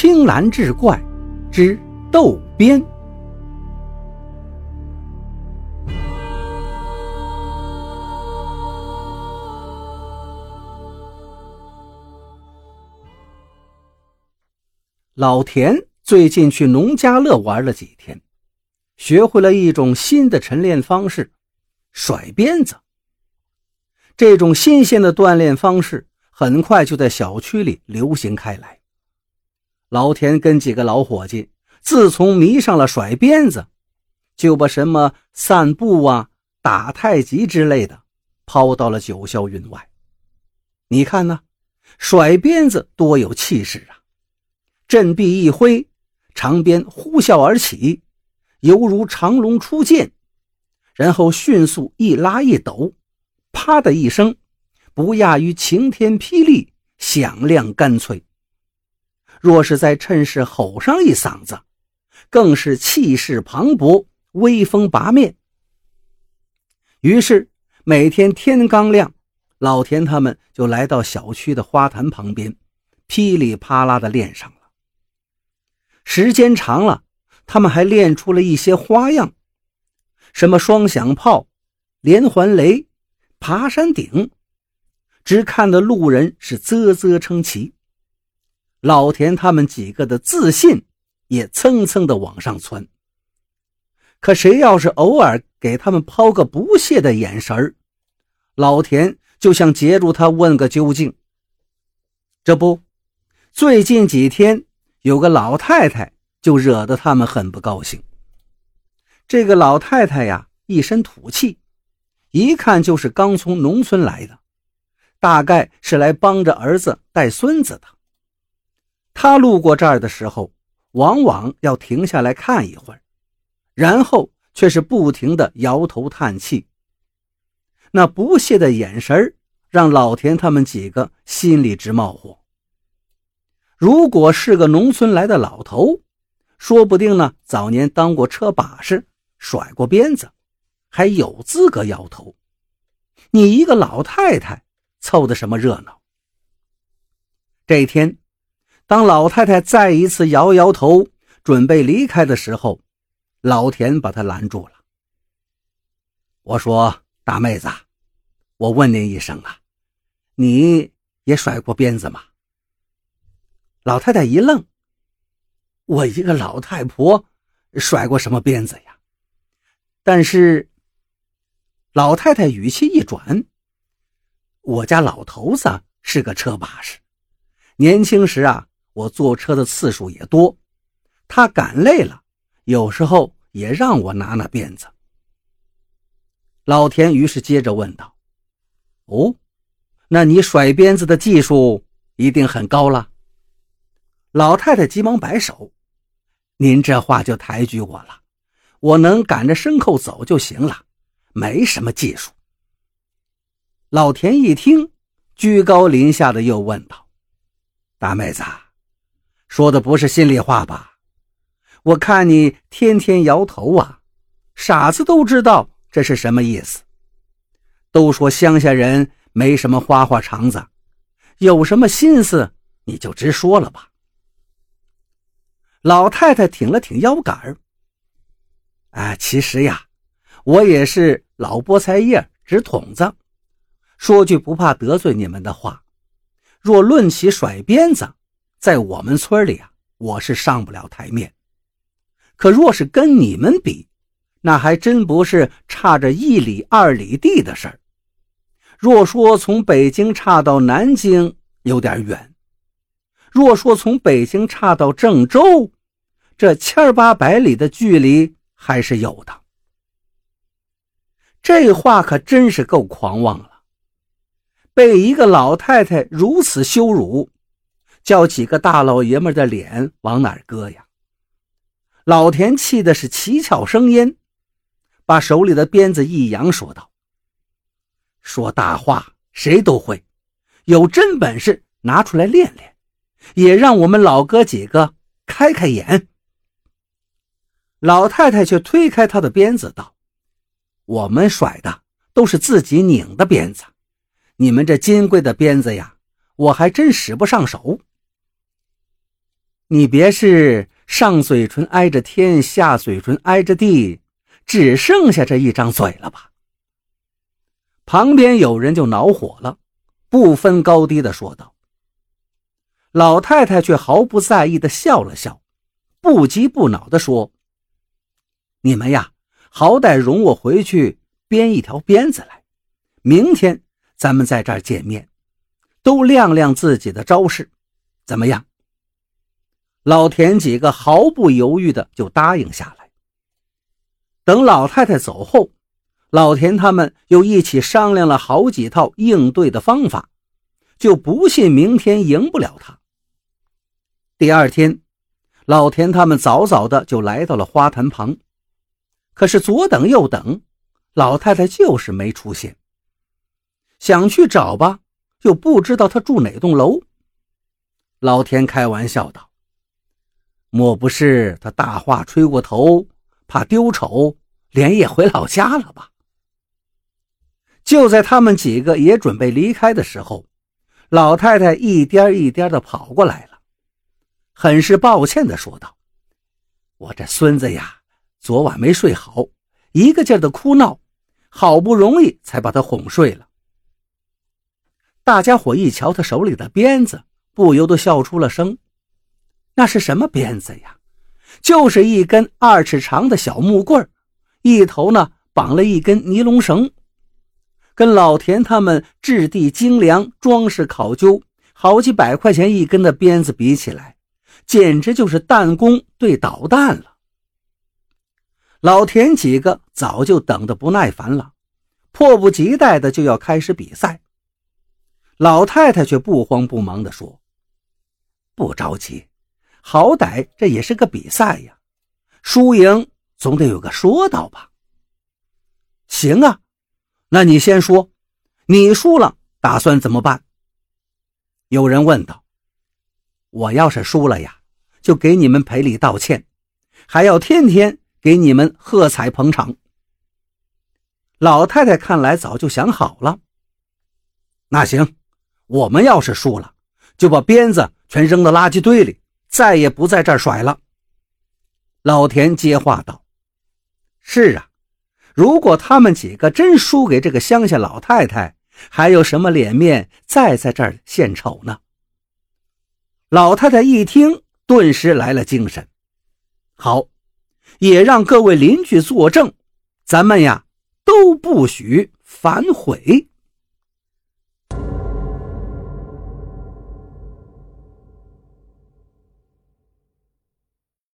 青蓝志怪之斗鞭。老田最近去农家乐玩了几天，学会了一种新的晨练方式——甩鞭子。这种新鲜的锻炼方式很快就在小区里流行开来。老田跟几个老伙计自从迷上了甩鞭子，就把什么散步啊、打太极之类的抛到了九霄云外。你看呢，甩鞭子多有气势啊！振臂一挥，长鞭呼啸而起，犹如长龙出涧，然后迅速一拉一抖，啪的一声，不亚于晴天霹雳，响亮干脆。若是再趁势吼上一嗓子，更是气势磅礴，威风拔面。于是每天天刚亮，老田他们就来到小区的花坛旁边，噼里啪啦地练上了。时间长了，他们还练出了一些花样，什么双响炮、连环雷、爬山顶，只看得路人是啧啧称奇。老田他们几个的自信也蹭蹭地往上窜。可谁要是偶尔给他们抛个不屑的眼神，老田就想截住他问个究竟。这不，最近几天有个老太太就惹得他们很不高兴。这个老太太呀，一身土气，一看就是刚从农村来的，大概是来帮着儿子带孙子的。她路过这儿的时候，往往要停下来看一会儿，然后却是不停地摇头叹气。那不屑的眼神让老田他们几个心里直冒火。如果是个农村来的老头，说不定呢早年当过车把式，甩过鞭子，还有资格摇头。你一个老太太凑的什么热闹？这一天，当老太太再一次摇摇头准备离开的时候，老田把她拦住了。我说，大妹子，我问您一声啊，你也甩过鞭子吗？老太太一愣，我一个老太婆甩过什么鞭子呀？但是老太太语气一转，我家老头子是个车把式，年轻时啊，我坐车的次数也多，他赶累了，有时候也让我拿拿鞭子。老田于是接着问道，哦，那你甩鞭子的技术一定很高了？老太太急忙摆手，您这话就抬举我了，我能赶着牲口走就行了，没什么技术。老田一听，居高临下的又问道，大妹子，说的不是心里话吧？我看你天天摇头啊，傻子都知道这是什么意思。都说乡下人没什么花花肠子，有什么心思你就直说了吧。老太太挺了挺腰杆，其实呀，我也是老菠菜叶直筒子，说句不怕得罪你们的话，若论起甩鞭子，在我们村里啊，我是上不了台面。可若是跟你们比，那还真不是差着1里2里地的事儿。若说从北京差到南京有点远，若说从北京差到郑州，这1800里的距离还是有的。这话可真是够狂妄了，被一个老太太如此羞辱，叫几个大老爷们的脸往哪儿搁呀？老田气的是七窍生烟，把手里的鞭子一扬，说道，说大话谁都会，有真本事拿出来练练，也让我们老哥几个开开眼。老太太却推开他的鞭子道，我们甩的都是自己拧的鞭子，你们这金贵的鞭子呀，我还真使不上手。 你别是上嘴唇挨着天，下嘴唇挨着地，只剩下这一张嘴了吧？”旁边有人就恼火了，不分高低地说道。老太太却毫不在意地笑了笑，不急不恼地说：“你们呀，好歹容我回去编一条鞭子来，明天咱们在这儿见面，都亮亮自己的招式，怎么样？”老田几个毫不犹豫的就答应下来。等老太太走后，老田他们又一起商量了好几套应对的方法，就不信明天赢不了他。第二天，老田他们早早的就来到了花坛旁，可是左等右等，老太太就是没出现。想去找吧，又不知道她住哪栋楼。老田开玩笑道：“莫不是她大话吹过头，怕丢丑，连夜回老家了吧？”就在他们几个也准备离开的时候，老太太一颠一颠地跑过来了，很是抱歉地说道：“我这孙子呀，昨晚没睡好，一个劲儿的哭闹，好不容易才把他哄睡了。”大家伙一瞧他手里的鞭子，不由得笑出了声。那是什么鞭子呀？就是一根2尺长的小木棍，一头呢绑了一根尼龙绳。跟老田他们质地精良、装饰考究、好几百块钱一根的鞭子比起来，简直就是弹弓对导弹了。老田几个早就等得不耐烦了，迫不及待的就要开始比赛。老太太却不慌不忙地说：“不着急，好歹这也是个比赛呀，输赢总得有个说道吧。”“行啊，那你先说，你输了打算怎么办？”有人问道。“我要是输了呀，就给你们赔礼道歉，还要天天给你们喝彩捧场。”老太太看来早就想好了。“那行，我们要是输了，就把鞭子全扔到垃圾堆里，再也不在这儿甩了。”老田接话道。“是啊，如果他们几个真输给这个乡下老太太，还有什么脸面再在这儿献丑呢？”老太太一听，顿时来了精神。“好，也让各位邻居作证，咱们呀都不许反悔。”